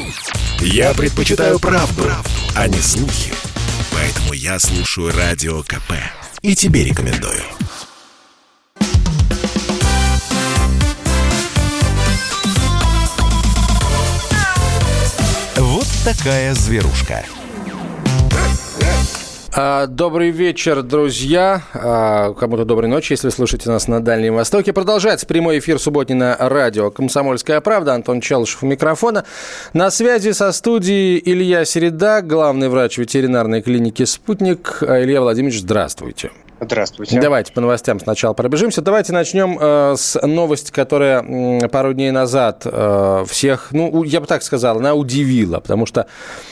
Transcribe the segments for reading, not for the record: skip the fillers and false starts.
Я предпочитаю правду, а не слухи. Поэтому я слушаю Радио КП. И тебе рекомендую. Вот такая зверушка. Добрый вечер, друзья. Кому-то доброй ночи, если вы слушаете нас на Дальнем Востоке. Продолжается прямой эфир субботний на радио «Комсомольская правда». Антон Челышев у микрофона. На связи со студией Илья Середа, главный врач ветеринарной клиники «Спутник». Илья Владимирович, здравствуйте. Здравствуйте. Давайте по новостям сначала пробежимся. Давайте начнем с новости, которая пару дней назад всех, я бы так сказал, она удивила, потому что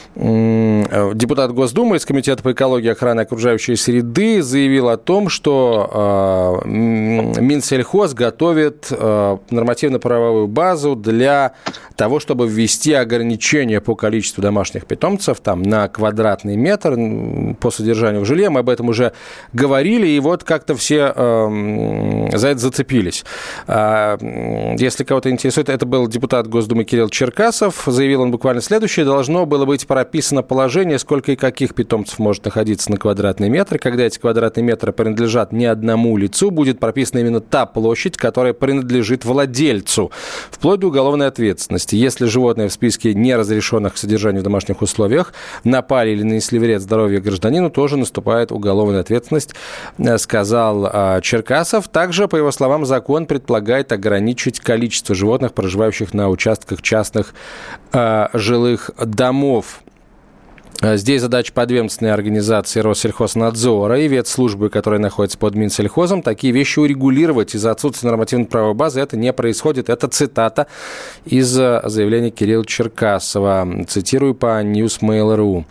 депутат Госдумы из Комитета по экологии и охране окружающей среды заявил о том, что Минсельхоз готовит нормативно-правовую базу для того, чтобы ввести ограничения по количеству домашних питомцев там, на квадратный метр по содержанию в жилье. Мы об этом уже говорили, и вот как-то все за это зацепились. Если кого-то интересует, это был депутат Госдумы Кирилл Черкасов. Заявил он буквально следующее. Должно было быть прописано положение, сколько и каких питомцев может находиться на квадратный метр. Когда эти квадратные метры принадлежат не одному лицу, будет прописана именно та площадь, которая принадлежит владельцу, вплоть до уголовной ответственности. Если животное в списке неразрешенных к содержанию в домашних условиях напали или нанесли вред здоровью гражданину, тоже наступает уголовная ответственность, сказал Черкасов. Также, по его словам, закон предполагает ограничить количество животных, проживающих на участках частных жилых домов. Здесь задача подведомственной организации Россельхознадзора и ветслужбы, которая находится под Минсельхозом, такие вещи урегулировать. Из-за отсутствия нормативной правовой базы это не происходит. Это цитата из заявления Кирилла Черкасова. Цитирую по Newsmail.ru.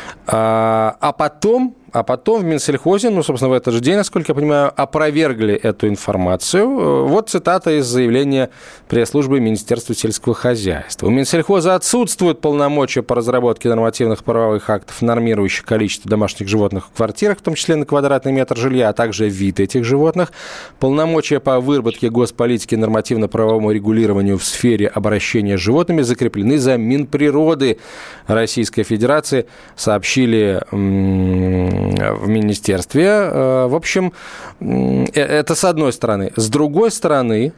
А потом в Минсельхозе, собственно, в этот же день, насколько я понимаю, опровергли эту информацию. Вот цитата из заявления пресс-службы Министерства сельского хозяйства. У Минсельхоза отсутствуют полномочия по разработке нормативных правовых актов, нормирующих количество домашних животных в квартирах, в том числе на квадратный метр жилья, а также вид этих животных. Полномочия по выработке госполитики и нормативно-правовому регулированию в сфере обращения с животными закреплены за Минприроды Российской Федерации, сообщили в министерстве. В общем, это с одной стороны. С другой стороны,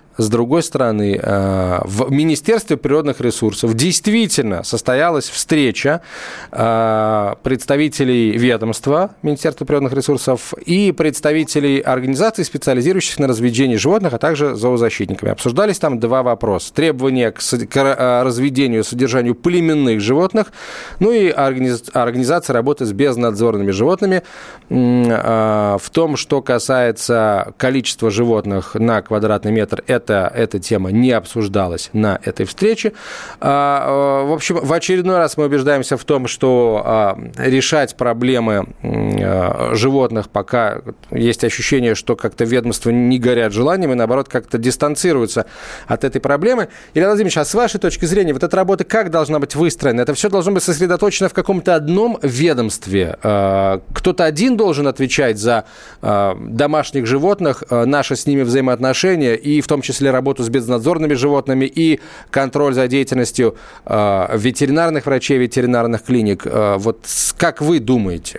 в Министерстве природных ресурсов действительно состоялась встреча представителей ведомства Министерства природных ресурсов и представителей организаций, специализирующихся на разведении животных, а также зоозащитниками. Обсуждались там два вопроса. Требования к разведению и содержанию племенных животных, и организация работы с безнадзорными животными. В том, что касается количества животных на квадратный метр, эта тема не обсуждалась на этой встрече. В общем, в очередной раз мы убеждаемся в том, что решать проблемы животных, пока есть ощущение, что как-то ведомства не горят желанием и, наоборот, как-то дистанцируются от этой проблемы. Илья Владимирович, а с вашей точки зрения, вот эта работа как должна быть выстроена? Это все должно быть сосредоточено в каком-то одном ведомстве? Кто-то один должен отвечать за домашних животных, наши с ними взаимоотношения, и в том числе работу с безнадзорными животными, и контроль за деятельностью ветеринарных врачей, ветеринарных клиник. Вот как вы думаете?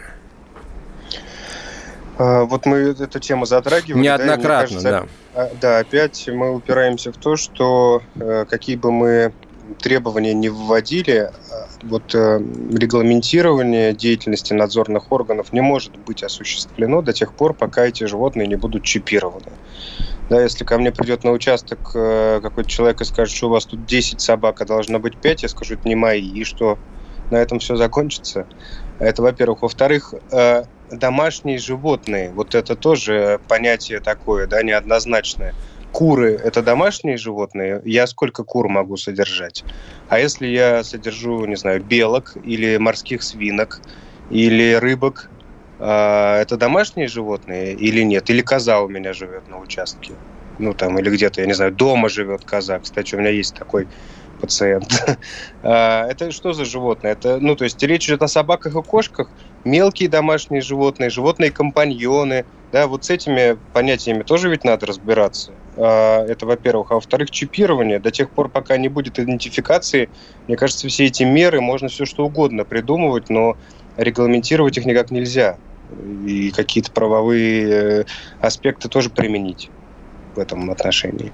Вот мы эту тему затрагивали. Неоднократно, да. Да, опять мы упираемся в то, что какие бы мы требования не вводили, регламентирование деятельности надзорных органов не может быть осуществлено до тех пор, пока эти животные не будут чипированы. Да, если ко мне придет на участок какой-то человек и скажет, что у вас тут 10 собак, а должно быть 5, я скажу, это не мои, и что, на этом все закончится? Это, во-первых. Во-вторых, домашние животные, вот это тоже понятие такое, да, неоднозначное. Куры – это домашние животные, я сколько кур могу содержать? А если я содержу, не знаю, белок или морских свинок, или рыбок, это домашние животные или нет? Или коза у меня живет на участке? Или где-то, я не знаю, дома живет коза. Кстати, у меня есть такой пациент. Это что за животное? То есть речь идет о собаках и кошках, мелкие домашние животные, животные-компаньоны. Да, вот с этими понятиями тоже ведь надо разбираться. Это, во-первых. А во-вторых, чипирование. До тех пор, пока не будет идентификации, мне кажется, все эти меры можно все что угодно придумывать, но регламентировать их никак нельзя. И какие-то правовые аспекты тоже применить в этом отношении.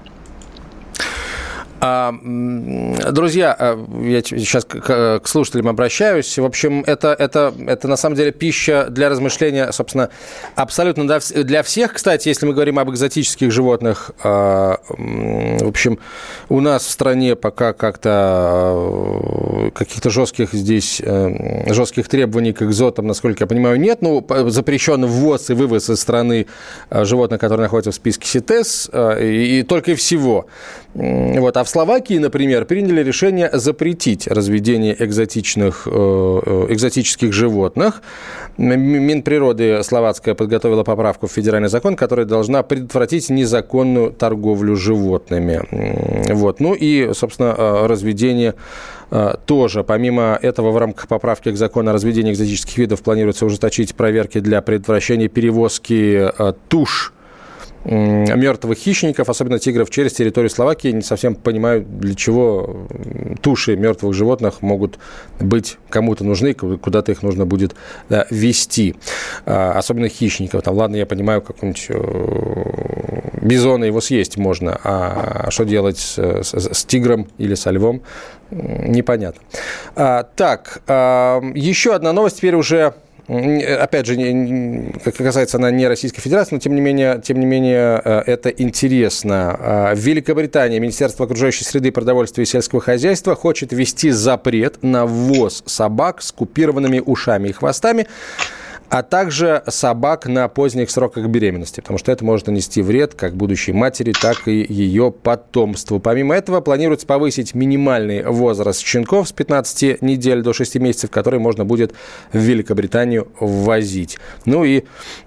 Друзья, я сейчас к слушателям обращаюсь. В общем, это на самом деле пища для размышления, собственно, абсолютно для всех. Кстати, если мы говорим об экзотических животных, в общем, у нас в стране пока как-то каких-то жестких требований к экзотам, насколько я понимаю, нет. Ну, запрещен ввоз и вывоз из страны животных, которые находятся в списке СИТЕС, и только и всего. Вот. А в Словакии, например, приняли решение запретить разведение экзотических животных. Минприроды словацкая подготовила поправку в федеральный закон, которая должна предотвратить незаконную торговлю животными. Вот. Ну и, собственно, разведение тоже. Помимо этого, в рамках поправки к закону о разведении экзотических видов планируется ужесточить проверки для предотвращения перевозки туш мертвых хищников, особенно тигров, через территорию Словакии. Не совсем понимаю, для чего туши мертвых животных могут быть кому-то нужны, куда-то их нужно будет везти. Особенно хищников. Там, ладно, я понимаю, какого-нибудь бизона его съесть можно, а что делать с тигром или со львом, непонятно. Так, еще одна новость, теперь уже... Опять же, как касается она не Российской Федерации, но тем не менее это интересно. В Великобритании Министерство окружающей среды, продовольствия и сельского хозяйства хочет ввести запрет на ввоз собак с купированными ушами и хвостами, а также собак на поздних сроках беременности, потому что это может нанести вред как будущей матери, так и ее потомству. Помимо этого, планируется повысить минимальный возраст щенков с 15 недель до 6 месяцев, который можно будет в Великобританию ввозить. Ну и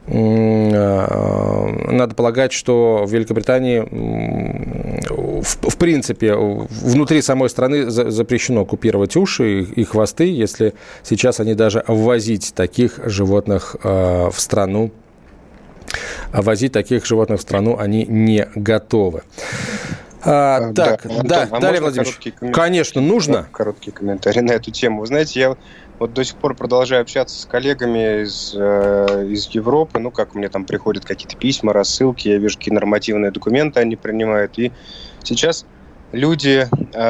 надо полагать, что в Великобритании, в принципе, внутри самой страны запрещено купировать уши и хвосты, если сейчас они даже ввозить таких животных в страну. Возить таких животных в страну они не готовы. Так, да, Дарья Владимирович, конечно, нужно. Короткий комментарий на эту тему. Вы знаете, я вот до сих пор продолжаю общаться с коллегами из Европы. Ну, как мне там приходят какие-то письма, рассылки, я вижу, какие нормативные документы они принимают. И сейчас люди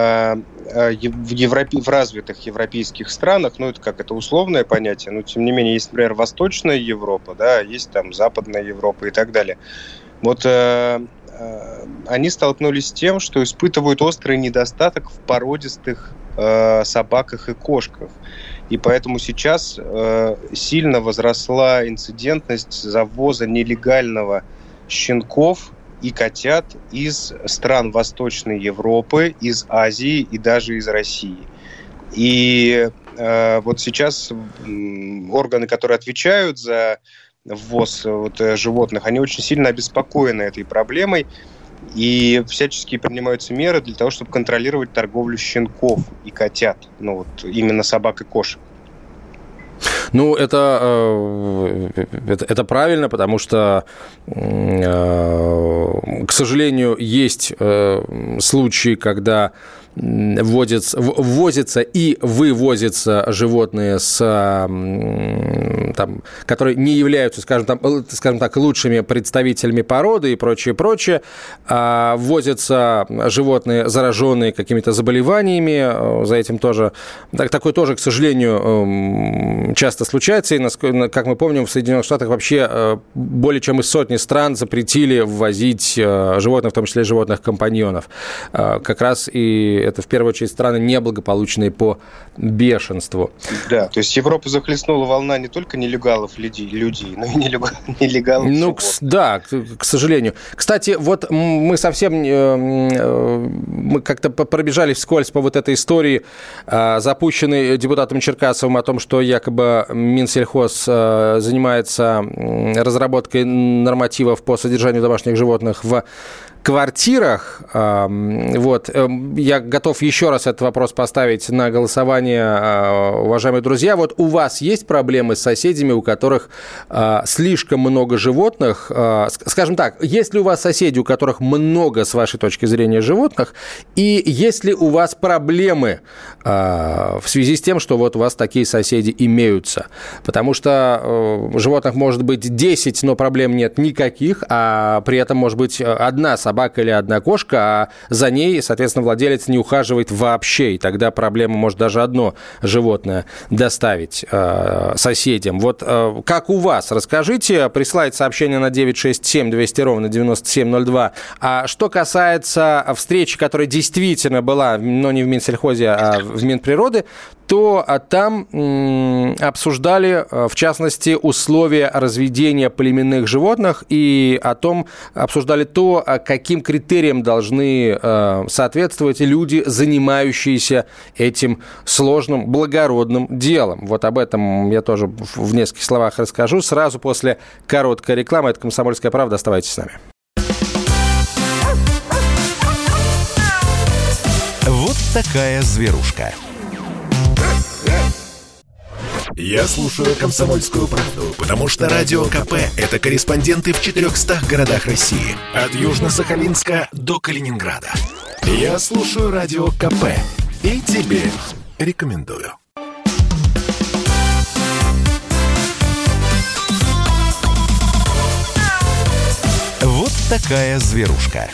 в развитых европейских странах, ну, это условное понятие, но, тем не менее, есть, например, Восточная Европа, да, есть там Западная Европа и так далее. Вот они столкнулись с тем, что испытывают острый недостаток в породистых собаках и кошках. И поэтому сейчас сильно возросла инцидентность завоза нелегального щенков и котят из стран Восточной Европы, из Азии и даже из России. И вот сейчас органы, которые отвечают за ввоз животных, они очень сильно обеспокоены этой проблемой, и всячески принимаются меры для того, чтобы контролировать торговлю щенков и котят, ну вот именно собак и кошек. Ну, это правильно, потому что, к сожалению, есть случаи, когда ввозятся и вывозятся животные, которые не являются, скажем так, лучшими представителями породы и прочее, а ввозятся животные, зараженные какими-то заболеваниями, за этим тоже, такое тоже, к сожалению, часто случается, и, как мы помним, в Соединенных Штатах вообще более чем из сотни стран запретили ввозить животных, в том числе животных-компаньонов, как раз и это в первую очередь страны неблагополучные по бешенству. Да, то есть Европу захлестнула волна не только нелегалов людей, но и нелегалов. Ну, да, к сожалению. Кстати, вот мы как-то пробежались вскользь по вот этой истории, запущенной депутатом Черкасовым, о том, что якобы Минсельхоз занимается разработкой нормативов по содержанию домашних животных в квартирах. Вот, я готов еще раз этот вопрос поставить на голосование, уважаемые друзья. Вот у вас есть проблемы с соседями, у которых слишком много животных? Скажем так, есть ли у вас соседи, у которых много, с вашей точки зрения, животных? И есть ли у вас проблемы в связи с тем, что вот у вас такие соседи имеются? Потому что животных может быть 10, но проблем нет никаких, а при этом может быть одна собака или одна кошка, а за ней, соответственно, владелец не ухаживает вообще, и тогда проблема может даже одно животное доставить соседям. Вот как у вас? Расскажите, присылайте сообщение на 967 200 ровно 9702. А что касается встречи, которая действительно была, но не в Минсельхозе, а в Минприроды, то там обсуждали, в частности, условия разведения племенных животных и обсуждали то, каким критериям должны соответствовать люди, занимающиеся этим сложным, благородным делом. Вот об этом я тоже в нескольких словах расскажу сразу после короткой рекламы. Это «Комсомольская правда». Оставайтесь с нами. Вот такая зверушка. Я слушаю «Комсомольскую правду», потому что Радио КП – это корреспонденты в 400 городах России. От Южно-Сахалинска до Калининграда. Я слушаю Радио КП и тебе рекомендую. Вот такая зверушка.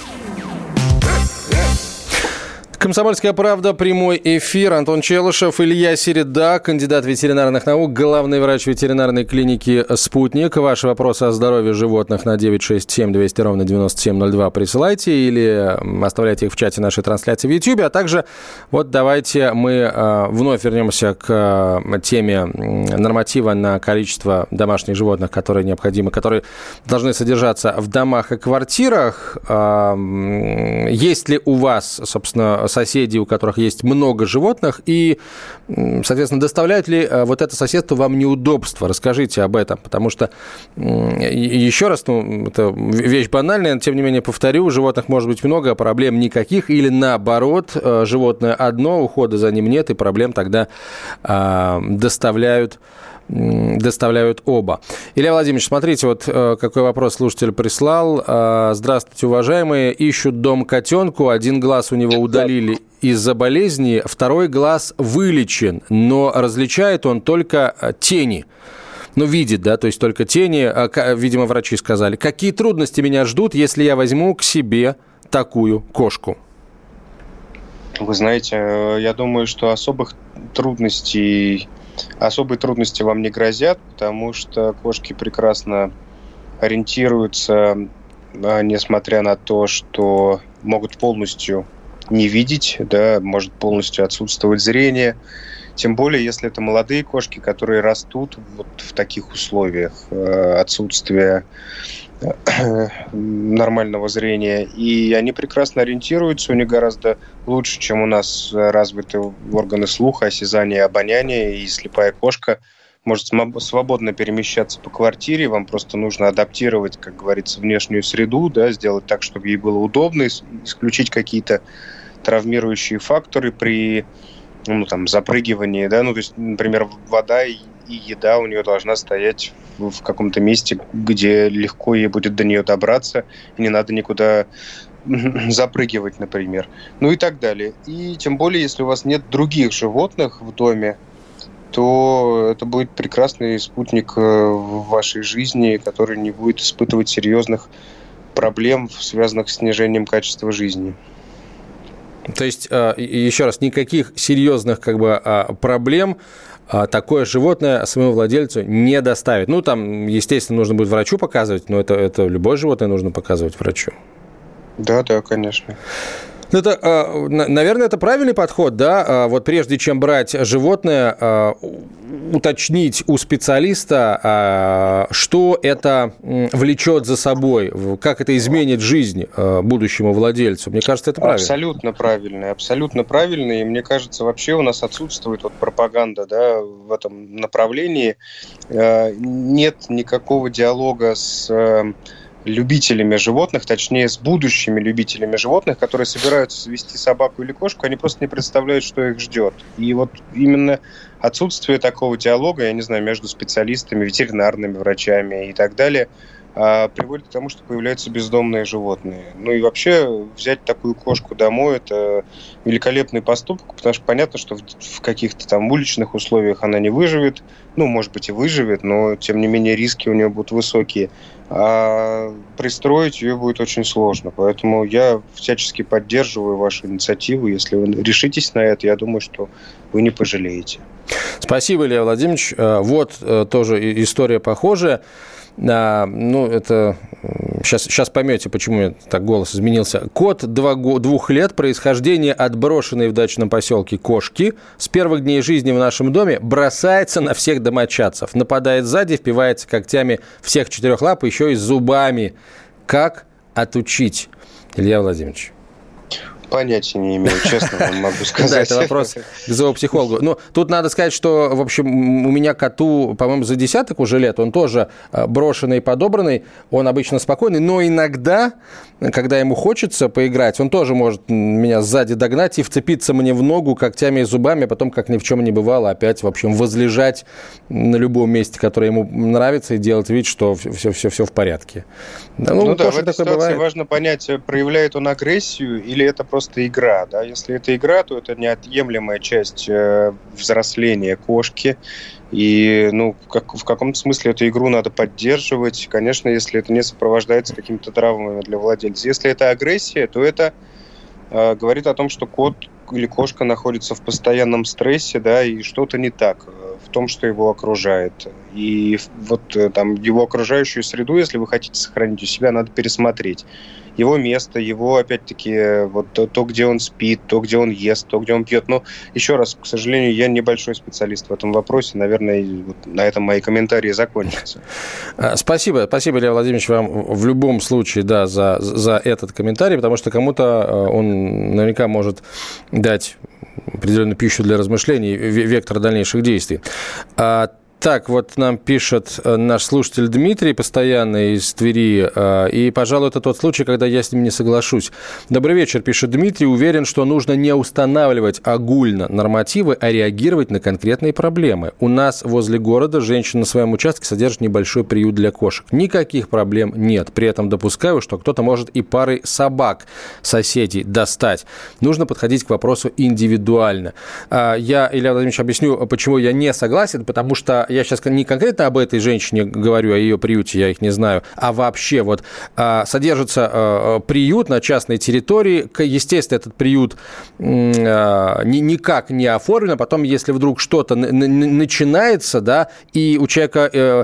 «Комсомольская правда», прямой эфир. Антон Челышев, Илья Середа, кандидат ветеринарных наук, главный врач ветеринарной клиники «Спутник». Ваши вопросы о здоровье животных на 967 200 ровно 9702 присылайте или оставляйте их в чате нашей трансляции в YouTube. А также вот давайте мы вновь вернемся к теме норматива на количество домашних животных, которые необходимы, которые должны содержаться в домах и квартирах. Есть ли у вас, собственно, соседи, у которых есть много животных, и, соответственно, доставляет ли вот это соседство вам неудобства? Расскажите об этом, потому что, еще раз, это вещь банальная, но, тем не менее, повторю, животных может быть много, а проблем никаких, или наоборот, животное одно, ухода за ним нет, и проблем тогда доставляют оба. Илья Владимирович, смотрите, вот какой вопрос слушатель прислал. Здравствуйте, уважаемые. Ищут дом котенку. Один глаз у него удалили из-за болезни, второй глаз вылечен, но различает он только тени. Ну, видит, да, то есть только тени, видимо, врачи сказали. Какие трудности меня ждут, если я возьму к себе такую кошку? Вы знаете, я думаю, что особые трудности вам не грозят, потому что кошки прекрасно ориентируются, несмотря на то, что могут полностью не видеть, да, может полностью отсутствовать зрение. Тем более, если это молодые кошки, которые растут вот в таких условиях отсутствия нормального зрения, и они прекрасно ориентируются, у них гораздо лучше, чем у нас развиты органы слуха, осязания, обоняния, и слепая кошка может свободно перемещаться по квартире, вам просто нужно адаптировать, как говорится, внешнюю среду, да, сделать так, чтобы ей было удобно, исключить какие-то травмирующие факторы при запрыгивании, да, то есть, например, вода и еда у нее должна стоять в каком-то месте, где легко ей будет до нее добраться, и не надо никуда запрыгивать, например. Ну и так далее. И тем более, если у вас нет других животных в доме, то это будет прекрасный спутник в вашей жизни, который не будет испытывать серьезных проблем, связанных с снижением качества жизни. То есть, еще раз, никаких серьезных проблем такое животное своему владельцу не доставит. Ну, там, естественно, нужно будет врачу показывать, но это любое животное нужно показывать врачу. Да, конечно. Это, наверное, это правильный подход, да? Вот прежде чем брать животное, уточнить у специалиста, что это влечет за собой, как это изменит жизнь будущему владельцу. Мне кажется, это правильно. Абсолютно правильно. И мне кажется, вообще у нас отсутствует пропаганда, да, в этом направлении. Нет никакого диалога с любителями животных, точнее, с будущими любителями животных, которые собираются завести собаку или кошку, они просто не представляют, что их ждет. И вот именно отсутствие такого диалога, я не знаю, между специалистами, ветеринарными врачами и так далее, приводит к тому, что появляются бездомные животные. Ну и вообще взять такую кошку домой – это великолепный поступок, потому что понятно, что в каких-то там уличных условиях она не выживет, ну, может быть, и выживет, но, тем не менее, риски у нее будут высокие. А пристроить ее будет очень сложно. Поэтому я всячески поддерживаю вашу инициативу. Если вы решитесь на это, я думаю, что вы не пожалеете. Спасибо, Илья Владимирович. Вот тоже история похожая. Ну, это... Сейчас поймете, почему так голос изменился. Кот 2 лет, происхождение от брошенной в дачном поселке кошки, с первых дней жизни в нашем доме бросается на всех домочадцев. Нападает сзади, впивается когтями всех 4 лап, еще и зубами. Как отучить, Илья Владимирович? Понятия не имею, честно вам могу сказать. Да, это вопрос к зоопсихологу. Ну, тут надо сказать, что, в общем, у меня коту, по-моему, за 10 уже лет, он тоже брошенный и подобранный, он обычно спокойный, но иногда, когда ему хочется поиграть, он тоже может меня сзади догнать и вцепиться мне в ногу когтями и зубами, а потом, как ни в чем не бывало, опять, в общем, возлежать на любом месте, которое ему нравится, и делать вид, что все в порядке. Да, в этой ситуации бывает. Важно понять, проявляет он агрессию или это просто игра. Да? Если это игра, то это неотъемлемая часть взросления кошки. И в каком-то смысле эту игру надо поддерживать. Конечно, если это не сопровождается какими-то травмами для владельца. Если это агрессия, то это говорит о том, что кот или кошка находится в постоянном стрессе, да, и что-то не так в том, что его окружает. И вот там его окружающую среду, если вы хотите сохранить у себя, надо пересмотреть. Его место, его, опять-таки, вот то, где он спит, то, где он ест, то, где он пьет. Но, еще раз, к сожалению, я небольшой специалист в этом вопросе. Наверное, вот на этом мои комментарии закончатся. Спасибо, Илья Владимирович, вам в любом случае, да, за этот комментарий, потому что кому-то он наверняка может дать определенную пищу для размышлений, вектор дальнейших действий. Так, вот нам пишет наш слушатель Дмитрий, постоянно из Твери, и, пожалуй, это тот случай, когда я с ним не соглашусь. Добрый вечер, пишет Дмитрий, уверен, что нужно не устанавливать огульно нормативы, а реагировать на конкретные проблемы. У нас возле города женщина на своем участке содержит небольшой приют для кошек. Никаких проблем нет. При этом допускаю, что кто-то может и парой собак соседей достать. Нужно подходить к вопросу индивидуально. Я, Илья Владимирович, объясню, почему я не согласен, потому что я сейчас не конкретно об этой женщине говорю, о ее приюте, я их не знаю, а вообще вот содержится приют на частной территории. Естественно, этот приют никак не оформлен. Потом, если вдруг что-то начинается, да, и у человека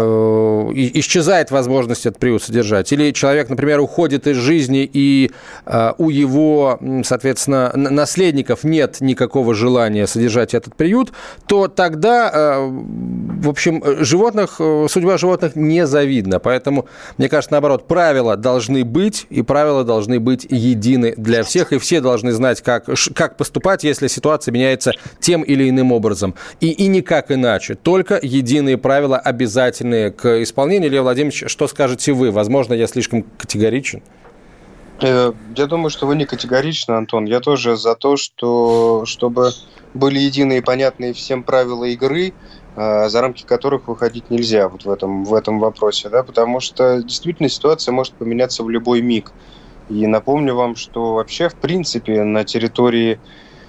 исчезает возможность этот приют содержать, или человек, например, уходит из жизни, и у его, соответственно, наследников нет никакого желания содержать этот приют, то тогда... В общем, судьба животных незавидна. Поэтому, мне кажется, наоборот, правила должны быть, и правила должны быть едины для всех, и все должны знать, как поступать, если ситуация меняется тем или иным образом. И никак иначе. Только единые правила, обязательные к исполнению. Илья Владимирович, что скажете вы? Возможно, я слишком категоричен? Я думаю, что вы не категоричны, Антон. Я тоже за то, чтобы были единые и понятные всем правила игры, за рамки которых выходить нельзя вот в этом вопросе, да, потому что действительно ситуация может поменяться в любой миг. И напомню вам, что вообще, в принципе, на территории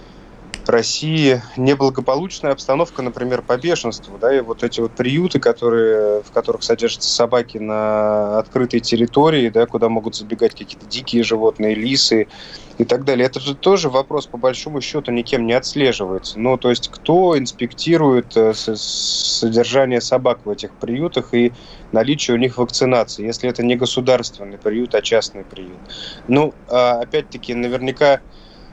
России неблагополучная обстановка, например, по бешенству, да, и вот эти вот приюты, в которых содержатся собаки на открытой территории, да, куда могут забегать какие-то дикие животные, лисы и так далее. Это же тоже вопрос, по большому счету, никем не отслеживается. Ну, то есть, кто инспектирует содержание собак в этих приютах и наличие у них вакцинации, если это не государственный приют, а частный приют. Ну, опять-таки, наверняка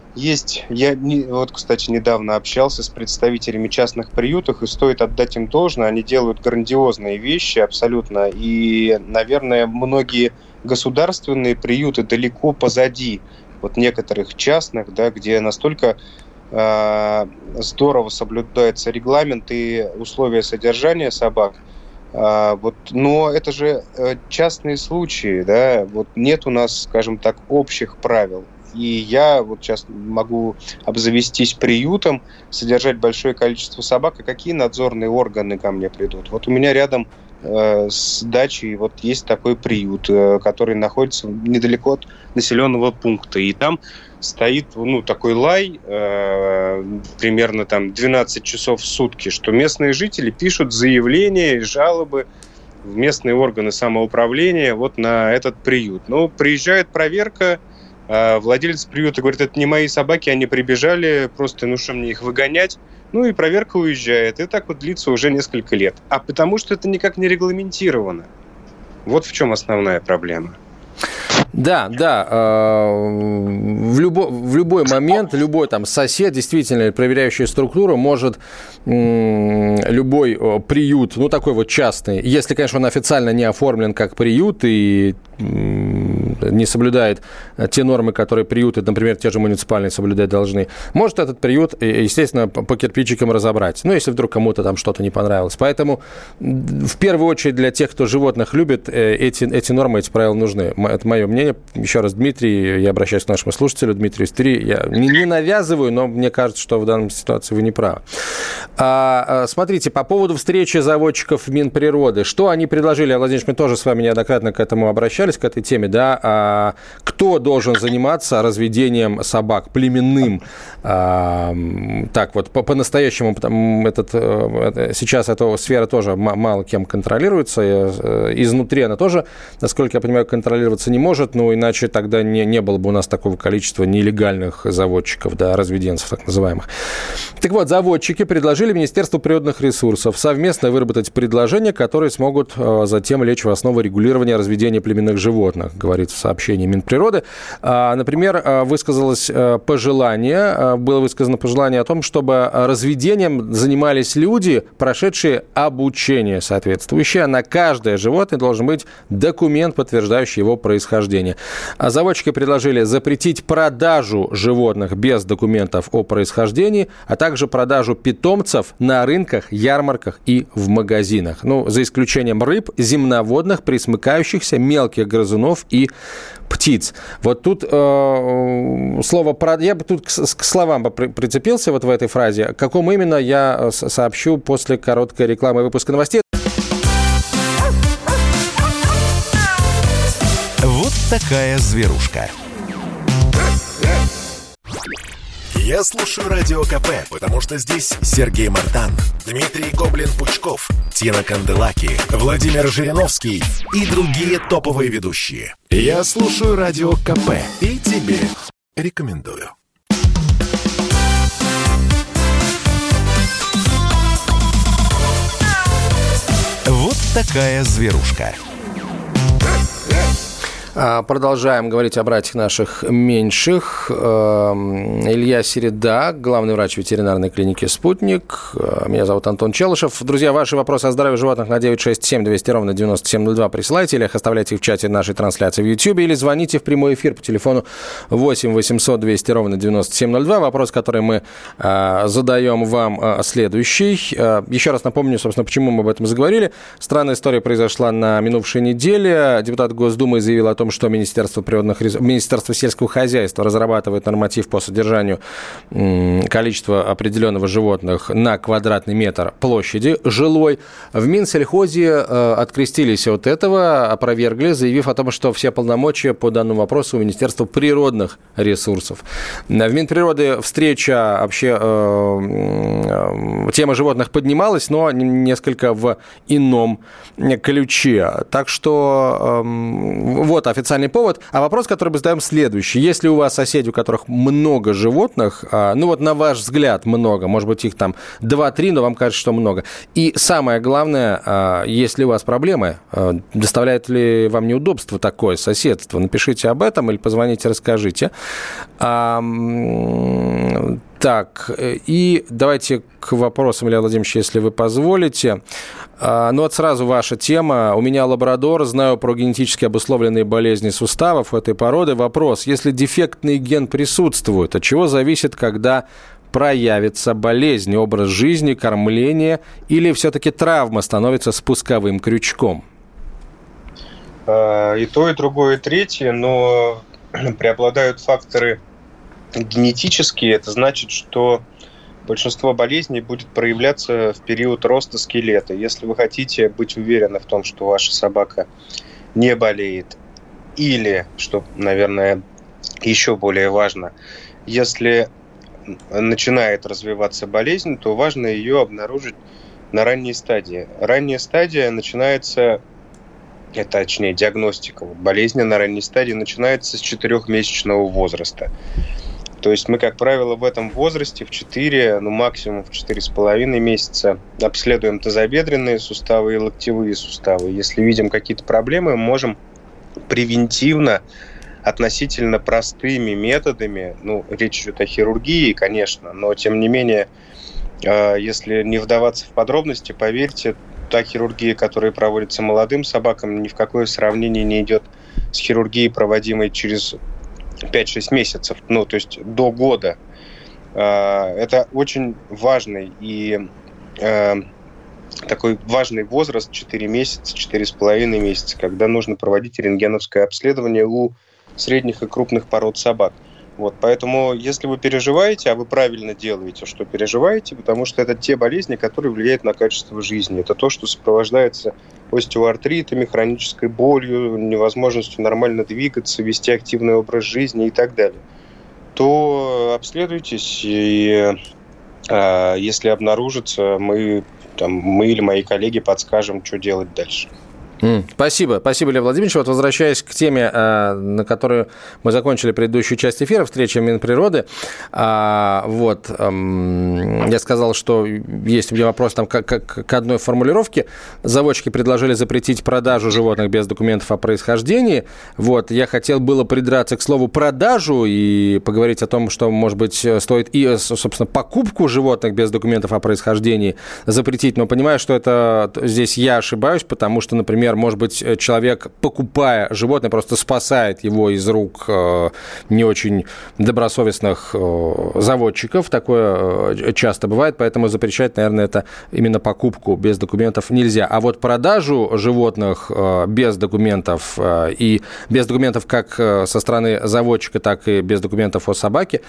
я вот, кстати, недавно общался с представителями частных приютов, и стоит отдать им должное, они делают грандиозные вещи абсолютно, и, наверное, многие государственные приюты далеко позади вот некоторых частных, да, где настолько здорово соблюдается регламент и условия содержания собак, Но это же частные случаи, да, нет у нас, скажем так, общих правил. И я сейчас могу обзавестись приютом, содержать большое количество собак, а какие надзорные органы ко мне придут? У меня рядом с дачей есть такой приют, который находится недалеко от населенного пункта, и там стоит такой лай, примерно 12 часов в сутки, что местные жители пишут заявления и жалобы в местные органы самоуправления на этот приют. Приезжает проверка, владелец приюта говорит, это не мои собаки, они прибежали, просто, что мне их выгонять? И проверка уезжает. И так длится уже несколько лет. А потому что это никак не регламентировано. В чем основная проблема. Да. В любой момент, любой сосед, действительно, проверяющая структура может любой приют, такой частный, если, конечно, он официально не оформлен как приют и не соблюдает те нормы, которые приюты, например, те же муниципальные соблюдать должны, может этот приют, естественно, по кирпичикам разобрать. Если вдруг кому-то что-то не понравилось. Поэтому в первую очередь для тех, кто животных любит, эти нормы, эти правила нужны. Это мое мнение. Еще раз, Дмитрий, я обращаюсь к нашему слушателю, Дмитрию из Твери. Я не навязываю, но мне кажется, что в данной ситуации вы не правы. Смотрите, по поводу встречи заводчиков Минприроды. Что они предложили? Владимир, мы тоже с вами неоднократно к этому обращались, к этой теме, да? Кто должен заниматься разведением собак племенным? По-настоящему, сейчас эта сфера тоже мало кем контролируется. Изнутри она тоже, насколько я понимаю, контролироваться не может, но иначе тогда не было бы у нас такого количества нелегальных заводчиков, да, разведенцев так называемых. Так вот, заводчики предложили Министерству природных ресурсов совместно выработать предложения, которые смогут затем лечь в основу регулирования разведения племенных животных, говорится в сообщении Минприроды. Например, было высказано пожелание о том, чтобы разведением занимались люди, прошедшие обучение соответствующее. На каждое животное должен быть документ, подтверждающий его происхождение. Заводчики предложили запретить продажу животных без документов о происхождении, а также продажу питомцев на рынках, ярмарках и в магазинах. За исключением рыб, земноводных, пресмыкающихся, мелких грызунов и птиц. Тут слово «продажа», я бы тут к словам прицепился в этой фразе. К какому именно, я сообщу после короткой рекламы выпуска новостей. Вот такая зверушка. Я слушаю Радио КП, потому что здесь Сергей Мартан, Дмитрий Гоблин-Пучков, Тина Канделаки, Владимир Жириновский и другие топовые ведущие. Я слушаю Радио КП и тебе рекомендую. Вот такая зверушка. Продолжаем говорить о братьях наших меньших. Илья Середа, главный врач ветеринарной клиники «Спутник». Меня зовут Антон Челышев. Друзья, ваши вопросы о здоровье животных на 967-200-97-02 присылайте или их оставляйте в чате нашей трансляции в YouTube или звоните в прямой эфир по телефону 8-800-200-97-02. Вопрос, который мы задаем вам, следующий. Еще раз напомню, собственно, почему мы об этом заговорили. Странная история произошла на минувшей неделе. Депутат Госдумы заявил о том, что Министерство сельского хозяйства разрабатывает норматив по содержанию количества определенного животных на квадратный метр площади жилой. В Минсельхозе открестились от этого, опровергли, заявив о том, что все полномочия по данному вопросу у Министерства природных ресурсов. В Минприроды встреча, вообще тема животных поднималась, но несколько в ином ключе. Так что вот официальный повод. А вопрос, который мы задаем, следующий. Если у вас соседи, у которых много животных, на ваш взгляд много, может быть, их там 2-3, но вам кажется, что много. И самое главное, если у вас проблемы, доставляет ли вам неудобство такое соседство, напишите об этом или позвоните, расскажите. Так, и давайте к вопросам, Илья Владимирович, если вы позволите. Сразу ваша тема. У меня лабрадор, знаю про генетически обусловленные болезни суставов этой породы. Вопрос, если дефектный ген присутствует, от чего зависит, когда проявится болезнь, образ жизни, кормление или все-таки травма становится спусковым крючком? И то, и другое, и третье, но преобладают факторы генетические. Это значит, что большинство болезней будет проявляться в период роста скелета. Если вы хотите быть уверены в том, что ваша собака не болеет, или, что, наверное, еще более важно, если начинает развиваться болезнь, то важно ее обнаружить на ранней стадии. Ранняя стадия начинается, точнее, диагностика болезни на ранней стадии начинается с 4-месячного возраста. То есть мы, как правило, в этом возрасте, в 4, максимум в 4,5 месяца обследуем тазобедренные суставы и локтевые суставы. Если видим какие-то проблемы, мы можем превентивно, относительно простыми методами, речь идет о хирургии, конечно, но тем не менее, если не вдаваться в подробности, поверьте, та хирургия, которая проводится молодым собакам, ни в какое сравнение не идет с хирургией, проводимой через 5-6 месяцев, то есть до года. Это очень важный и такой важный возраст, 4 месяца, 4,5 месяца, когда нужно проводить рентгеновское обследование у средних и крупных пород собак. Поэтому, если вы переживаете, а вы правильно делаете, что переживаете, потому что это те болезни, которые влияют на качество жизни. Это то, что сопровождается остеоартритами, хронической болью, невозможностью нормально двигаться, вести активный образ жизни и так далее. То обследуйтесь, и если обнаружится, мы или мои коллеги подскажем, что делать дальше. Спасибо, Лев Владимирович. Возвращаясь к теме, на которую мы закончили предыдущую часть эфира, встреча Минприроды, я сказал, что есть у меня вопрос к одной формулировке. Заводчики предложили запретить продажу животных без документов о происхождении. Я хотел было придраться к слову «продажу» и поговорить о том, что, может быть, стоит и, собственно, покупку животных без документов о происхождении запретить, но понимаю, что это здесь я ошибаюсь, потому что, например, может быть, человек, покупая животное, просто спасает его из рук не очень добросовестных заводчиков. Такое часто бывает, поэтому запрещать, наверное, это именно покупку без документов нельзя. А продажу животных без документов и без документов как со стороны заводчика, так и без документов о собаке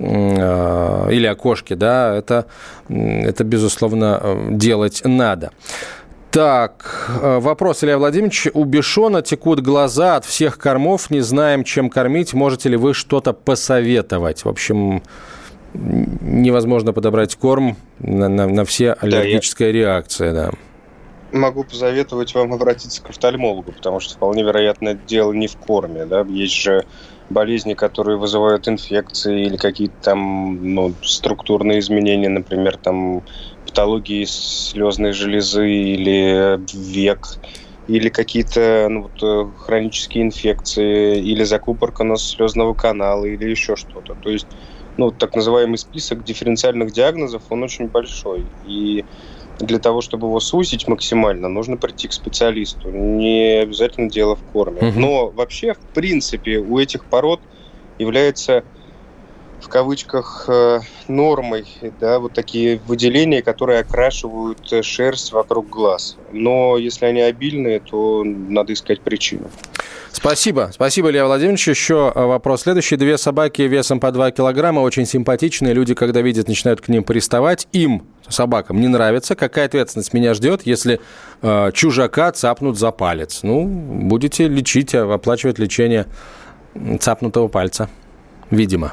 или о кошке, это безусловно, делать надо. Так, вопрос, Илья Владимирович. У Бишона текут глаза от всех кормов. Не знаем, чем кормить. Можете ли вы что-то посоветовать? В общем, невозможно подобрать корм на все аллергическая реакция. Да. Могу посоветовать вам обратиться к офтальмологу, потому что, вполне вероятно, дело не в корме. Да? Есть же болезни, которые вызывают инфекции или какие-то там структурные изменения, например, патологии слезной железы или век, или какие-то хронические инфекции, или закупорка носослезного канала, или еще что-то. То есть, так называемый список дифференциальных диагнозов, он очень большой. И для того, чтобы его сузить максимально, нужно прийти к специалисту. Не обязательно дело в корме. Но вообще, в принципе, у этих пород является, в кавычках, нормой, такие выделения, которые окрашивают шерсть вокруг глаз. Но если они обильные, то надо искать причину. Спасибо, Илья Владимирович. Еще вопрос следующий. 2 собаки весом по 2 килограмма, очень симпатичные. Люди, когда видят, начинают к ним приставать. Им, собакам, не нравится. Какая ответственность меня ждет, если чужака цапнут за палец? Будете лечить, оплачивать лечение цапнутого пальца. Видимо.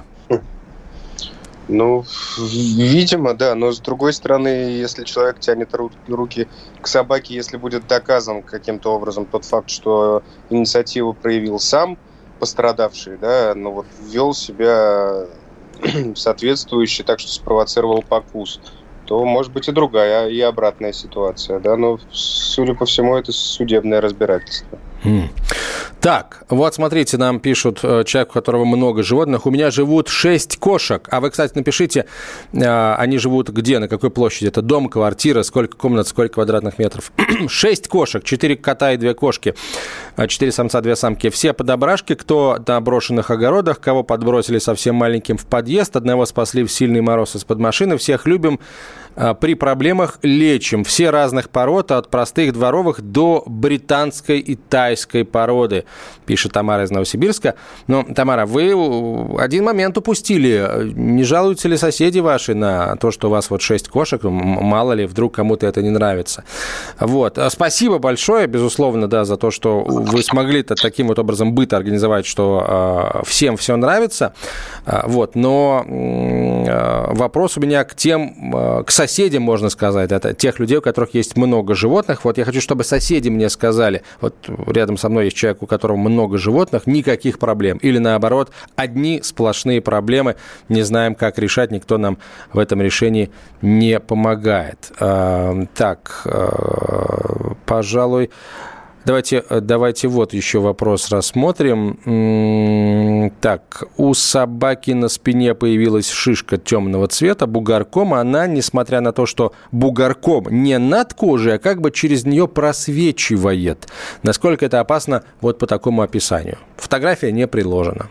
Видимо, да, но с другой стороны, если человек тянет руки к собаке, если будет доказан каким-то образом тот факт, что инициативу проявил сам пострадавший, вел себя соответствующе, так что спровоцировал покус, то может быть и другая, и обратная ситуация, но, судя по всему, это судебное разбирательство. Так, вот смотрите, нам пишут человек, у которого много животных. У меня живут 6 кошек. А вы, кстати, напишите, они живут где, на какой площади? Это дом, квартира, сколько комнат, сколько квадратных метров. 6 кошек, 4 кота и 2 кошки, 4 самца, 2 самки. Все подобрашки, кто на брошенных огородах, кого подбросили совсем маленьким в подъезд, одного спасли в сильный мороз из-под машины. Всех любим, при проблемах лечим. Все разных пород, от простых дворовых до британской и тайской породы, пишет Тамара из Новосибирска. Но, Тамара, вы один момент упустили. Не жалуются ли соседи ваши на то, что у вас вот 6 кошек? Мало ли, вдруг кому-то это не нравится. Вот. Спасибо большое, безусловно, да, за то, что вы смогли таким вот образом быт организовать, что всем все нравится. Вот. Но вопрос у меня к соседям, можно сказать, это тех людей, у которых есть много животных. Вот я хочу, чтобы соседи мне сказали, вот рядом со мной есть человек, у которого много животных, никаких проблем. Или наоборот, одни сплошные проблемы, не знаем, как решать, никто нам в этом решении не помогает. Так, пожалуй... Давайте вот еще вопрос рассмотрим. Так, у собаки на спине появилась шишка темного цвета, бугорком. Она, несмотря на то, что бугорком не над кожей, а как бы через нее просвечивает. Насколько это опасно, вот по такому описанию. Фотография не приложена.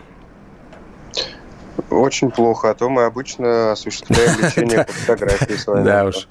Очень плохо, а то мы обычно осуществляем лечение по фотографии с вами. Да уж.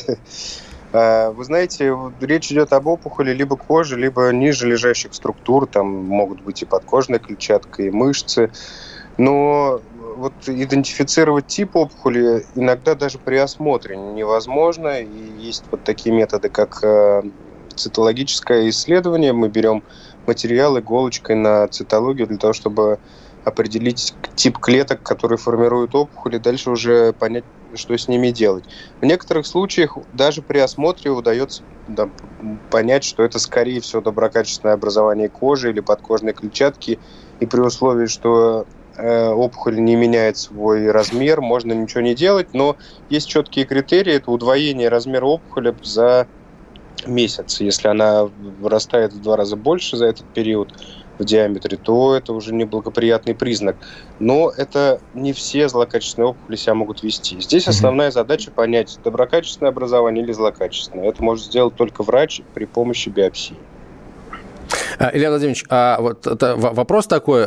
Вы знаете, речь идет об опухоли либо кожи, либо ниже лежащих структур. Там могут быть и подкожная клетчатка, и мышцы. Но вот идентифицировать тип опухоли иногда даже при осмотре невозможно. И есть вот такие методы, как цитологическое исследование. Мы берем материал иголочкой на цитологию для того, чтобы определить тип клеток, которые формируют опухоль, и дальше уже понять, что с ними делать. В некоторых случаях даже при осмотре удается понять, что это, скорее всего, доброкачественное образование кожи или подкожной клетчатки, и при условии, что опухоль не меняет свой размер, можно ничего не делать, но есть четкие критерии. Это удвоение размера опухоли за месяц. Если она вырастает в 2 раза больше за этот период в диаметре, то это уже неблагоприятный признак. Но это не все злокачественные опухоли себя могут вести. Здесь основная задача понять, доброкачественное образование или злокачественное. Это может сделать только врач при помощи биопсии. Илья Владимирович, а вот это вопрос такой,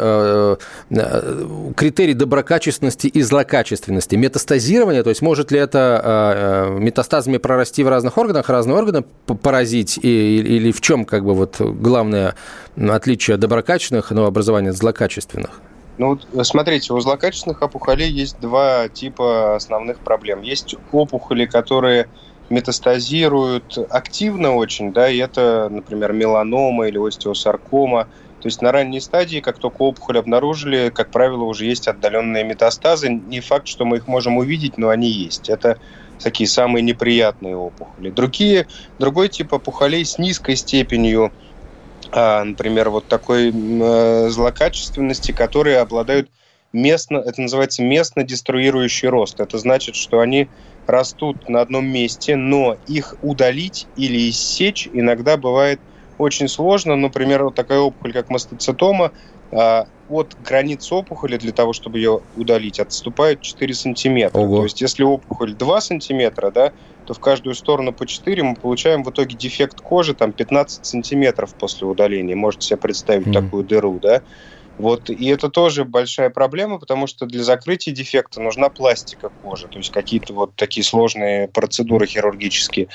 критерий доброкачественности и злокачественности, метастазирование, то есть может ли это метастазами прорасти в разных органах, разные органы поразить, или в чем как бы вот главное отличие доброкачественных новообразований от злокачественных? Ну, смотрите, у злокачественных опухолей есть 2 типа основных проблем. Есть опухоли, которые метастазируют активно очень, да, и это, например, меланома или остеосаркома. То есть на ранней стадии, как только опухоль обнаружили, как правило, уже есть отдаленные метастазы. Не факт, что мы их можем увидеть, но они есть. Это такие самые неприятные опухоли. Другой тип опухолей с низкой степенью, например, вот такой злокачественности, которые обладают это называется местно деструирующий рост. Это значит, что они растут на одном месте, но их удалить или иссечь иногда бывает очень сложно. Например, вот такая опухоль, как мастоцитома, от границ опухоли для того, чтобы ее удалить, отступают 4 сантиметра. Ого. То есть, если опухоль 2 сантиметра, да, то в каждую сторону по 4 мы получаем в итоге дефект кожи 15 сантиметров после удаления. Можете себе представить такую дыру, да? Вот, и это тоже большая проблема, потому что для закрытия дефекта нужна пластика кожи, то есть какие-то вот такие сложные процедуры хирургические.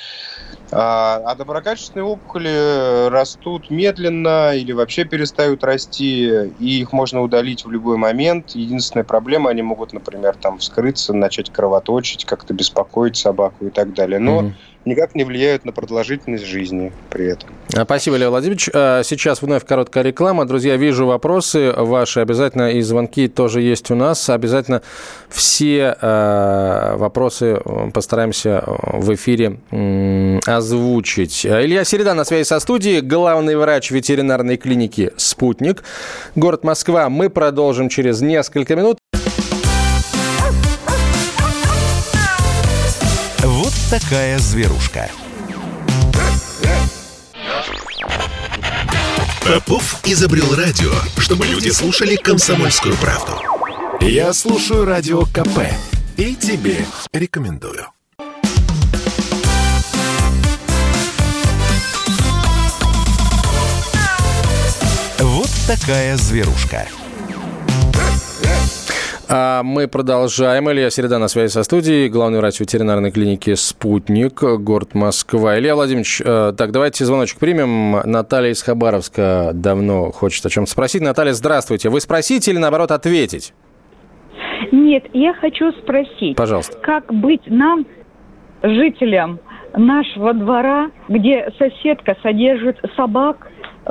А доброкачественные опухоли растут медленно или вообще перестают расти, и их можно удалить в любой момент. Единственная проблема, они могут, например, вскрыться, начать кровоточить, как-то беспокоить собаку и так далее. Но никак не влияют на продолжительность жизни при этом. Спасибо, Илья Владимирович. Сейчас вновь короткая реклама. Друзья, вижу вопросы ваши обязательно, и звонки тоже есть у нас. Обязательно все вопросы постараемся в эфире озвучить. Илья Середа на связи со студией, главный врач ветеринарной клиники «Спутник», город Москва. Мы продолжим через несколько минут. Вот такая зверушка. Попов изобрел радио, чтобы люди слушали «Комсомольскую правду». Я слушаю Радио КП и тебе рекомендую. Вот такая зверушка. Мы продолжаем. Илья Середа на связи со студией, главный врач ветеринарной клиники «Спутник», город Москва. Илья Владимирович, так, давайте звоночек примем. Наталья из Хабаровска давно хочет о чем-то спросить. Наталья, здравствуйте. Вы спросите или, наоборот, ответить? Нет, я хочу спросить. Пожалуйста. Как быть нам, жителям нашего двора, где соседка содержит собак,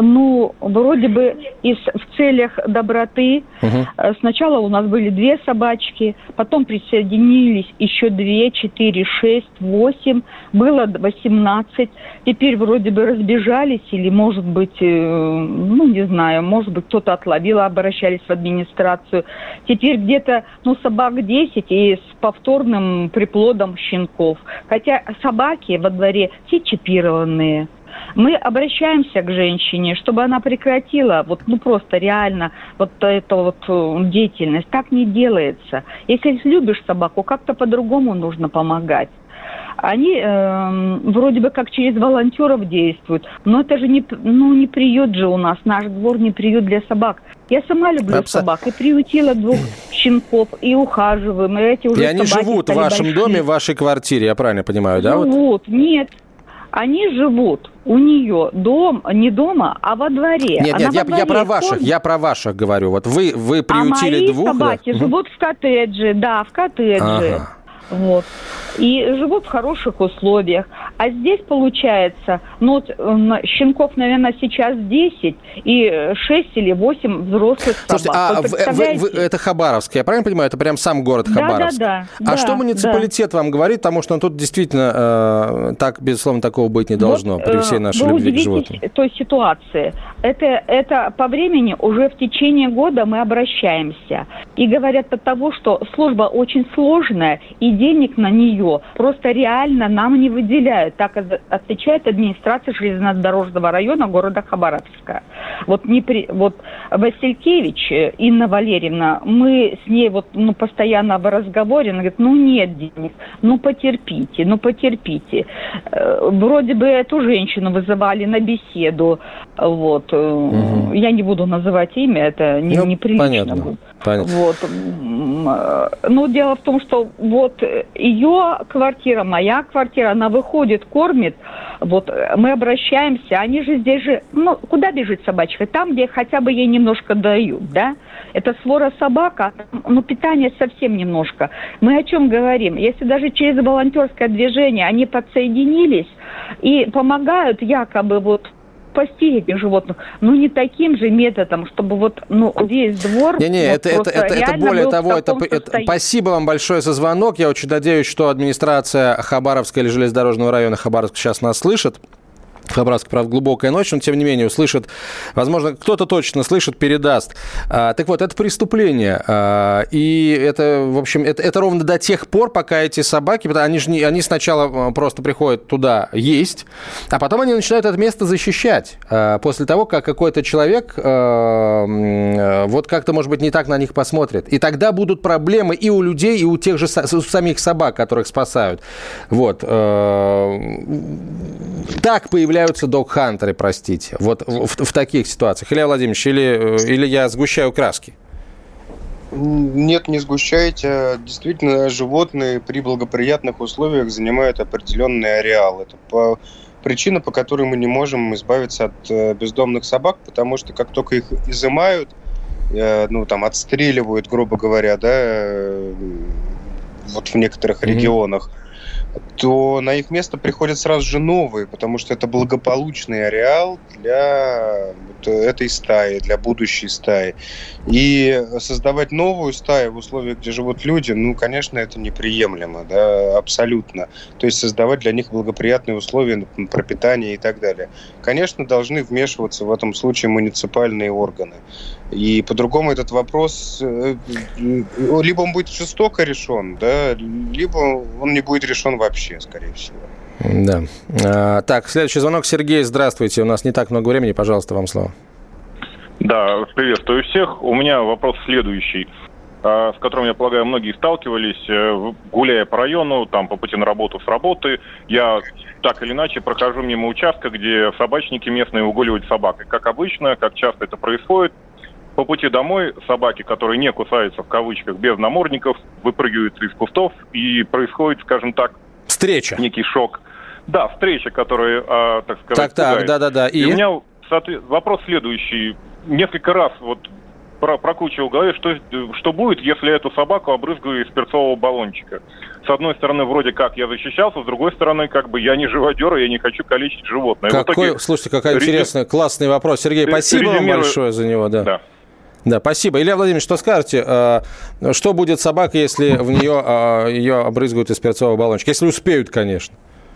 вроде бы в целях доброты. Угу. Сначала у нас были 2 собачки, потом присоединились еще 2, 4, 6, 8, было 18. Теперь вроде бы разбежались или, может быть, не знаю, может быть, кто-то отловил, обращались в администрацию. Теперь где-то, собак 10 и с повторным приплодом щенков. Хотя собаки во дворе все чипированные. Мы обращаемся к женщине, чтобы она прекратила просто реально эту деятельность. Так не делается. Если любишь собаку, как-то по-другому нужно помогать. Они вроде бы как через волонтеров действуют, но это же не приют же у нас, наш двор не приют для собак. Я сама люблю собак и приютила 2 щенков, и ухаживаем, и эти уже. И они живут в вашем доме, в вашей квартире, я правильно понимаю, да? Живут, нет. Они живут у нее не дома, а во дворе. Нет, я про ваших говорю. Вот вы приютили 2. А мои собаки живут в коттедже, в коттедже. Ага. Вот. И живут в хороших условиях. А здесь получается, щенков, наверное, сейчас 10 и 6 или 8 взрослых собак. Слушайте, это Хабаровск, я правильно понимаю? Это прям сам город Хабаровск? Да. Что муниципалитет вам говорит? Потому что тут действительно, безусловно, такого быть не должно при всей нашей любви к животным. Той ситуации. Это по времени уже в течение года мы обращаемся. И говорят от того, что служба очень сложная, и денег на нее просто реально нам не выделяют. Так отвечает администрация железнодорожного района города Хабаровска. Василькевич Инна Валерьевна, мы с ней постоянно в разговоре, она говорит, нет денег, потерпите. Вроде бы эту женщину вызывали на беседу, Угу. Я не буду называть имя, это неприлично будет. Понятно. Дело в том, что ее квартира, моя квартира, она выходит, кормит. Мы обращаемся, они же здесь же, куда бежит собачка? Там, где хотя бы ей немножко дают, да? Это свора собака, питание совсем немножко. Мы о чем говорим? Если даже через волонтерское движение они подсоединились и помогают якобы спасти этих животных, не таким же методом, чтобы весь двор... Это более того, спасибо вам большое за звонок. Я очень надеюсь, что администрация Хабаровска или железнодорожного района Хабаровска сейчас нас слышит. В Хабаровске, правда, глубокая ночь, но, тем не менее, услышит, возможно, кто-то точно слышит, передаст. Так вот, это преступление. И это, в общем, это ровно до тех пор, пока эти собаки, они сначала просто приходят туда есть, а потом они начинают это место защищать. После того, как какой-то человек как-то, может быть, не так на них посмотрит. И тогда будут проблемы и у людей, и у тех же самих собак, которых спасают. Так появляются дог-хантеры, простите, в таких ситуациях. Илья Владимирович, или я сгущаю краски? Нет, не сгущайте. Действительно, животные при благоприятных условиях занимают определенный ареал. Это причина, по которой мы не можем избавиться от бездомных собак, потому что как только их изымают, отстреливают, грубо говоря, в некоторых регионах, то на их место приходят сразу же новые, потому что это благополучный ареал для этой стаи, для будущей стаи. И создавать новую стаю в условиях, где живут люди, конечно, это неприемлемо, абсолютно. То есть создавать для них благоприятные условия пропитания и так далее. Конечно, должны вмешиваться в этом случае муниципальные органы. И по-другому этот вопрос либо он будет жестоко решен, либо он не будет решен вообще, скорее всего. Да. Так, следующий звонок. Сергей, здравствуйте. У нас не так много времени, пожалуйста, вам слово. Да, приветствую всех. У меня вопрос следующий, с которым, я полагаю, многие сталкивались, гуляя по району, там по пути на работу, с работы. Я так или иначе прохожу мимо участка, где собачники местные выгуливают собак. И как обычно, как часто это происходит, по пути домой собаки, которые не кусаются, в кавычках, без намордников, выпрыгивают из кустов, и происходит, скажем так, встреча. Некий шок. Да, встреча, которая, так сказать, так, да. И у меня вопрос следующий. Несколько раз прокручивал в голове, что будет, если эту собаку обрызгаю из перцового баллончика. С одной стороны, вроде как я защищался, с другой стороны, как бы я не живодер, и я не хочу калечить животное. Слушайте, какой интересный, классный вопрос. Сергей, спасибо вам большое за него. Да. Да, спасибо. Илья Владимирович, что скажете? Что будет с собакой, если в нее ее обрызгают из перцового баллончика? Если успеют, конечно.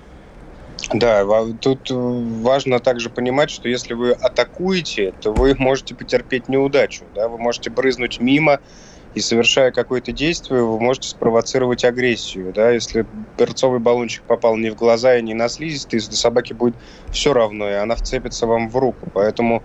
Да, тут важно также понимать, что если вы атакуете, то вы можете потерпеть неудачу. Да? Вы можете брызнуть мимо, и, совершая какое-то действие, вы можете спровоцировать агрессию. Да? Если перцовый баллончик попал не в глаза и не на слизистые, то собаке будет все равно, и она вцепится вам в руку. Поэтому,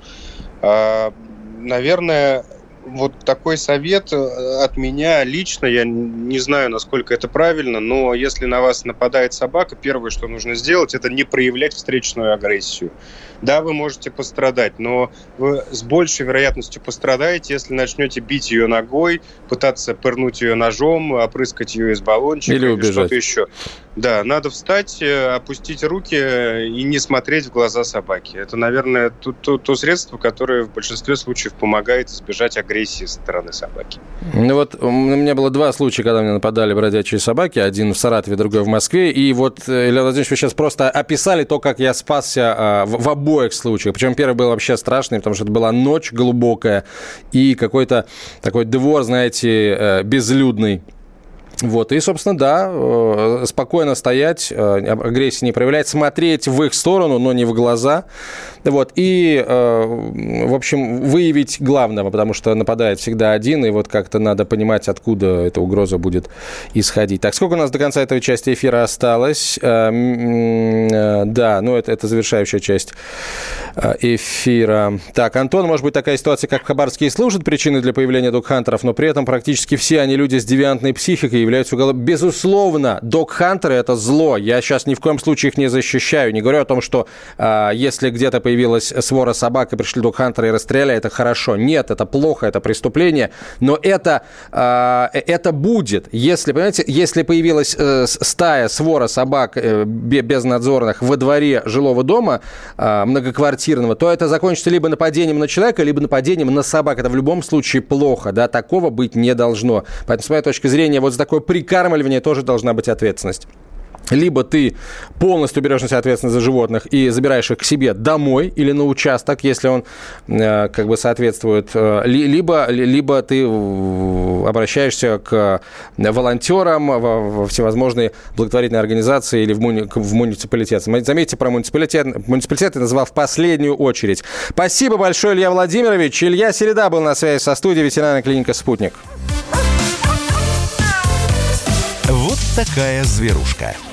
наверное, вот такой совет от меня лично, я не знаю, насколько это правильно, но если на вас нападает собака, первое, что нужно сделать, это не проявлять встречную агрессию. Да, вы можете пострадать, но вы с большей вероятностью пострадаете, если начнете бить ее ногой, пытаться пырнуть ее ножом, опрыскать ее из баллончика или что-то еще. Да, надо встать, опустить руки и не смотреть в глаза собаки. Это, наверное, то средство, которое в большинстве случаев помогает избежать агрессии со стороны собаки. Ну вот у меня было 2 случая, когда мне нападали бродячие собаки. Один в Саратове, другой в Москве. И вот, Илья Владимирович, вы сейчас просто описали то, как я спасся в обоих случаях. Причем первый был вообще страшный, потому что это была ночь глубокая и какой-то такой двор, знаете, безлюдный. Вот, и, собственно, да, спокойно стоять, агрессии не проявлять, смотреть в их сторону, но не в глаза, вот, и, в общем, выявить главного, потому что нападает всегда один, и вот как-то надо понимать, откуда эта угроза будет исходить. Так, сколько у нас до конца этой части эфира осталось? Да, ну, это завершающая часть эфира. Так, Антон, может быть, такая ситуация, как в Хабаровске, и служит причиной для появления док-хантеров, но при этом практически все они люди с девиантной психикой, являются уголовниками. Безусловно, док-хантеры – это зло. Я сейчас ни в коем случае их не защищаю. Не говорю о том, что если где-то появилась свора собак и пришли док-хантеры и расстреляли, это хорошо. Нет, это плохо, это преступление. Но это будет. Если, понимаете, если появилась свора собак безнадзорных во дворе жилого дома многоквартирного, то это закончится либо нападением на человека, либо нападением на собак. Это в любом случае плохо. Да? Такого быть не должно. Поэтому, с моей точки зрения, вот за такое прикармливание тоже должна быть ответственность. Либо ты полностью берешь на себя ответственность за животных и забираешь их к себе домой или на участок, если он как бы соответствует, либо ты обращаешься к волонтерам во всевозможные благотворительные организации или в муниципалитет. Заметьте, про муниципалитет. Муниципалитет я назвал в последнюю очередь. Спасибо большое, Илья Владимирович. Илья Середа был на связи со студией, ветеринарная клиника «Спутник». Вот такая зверушка.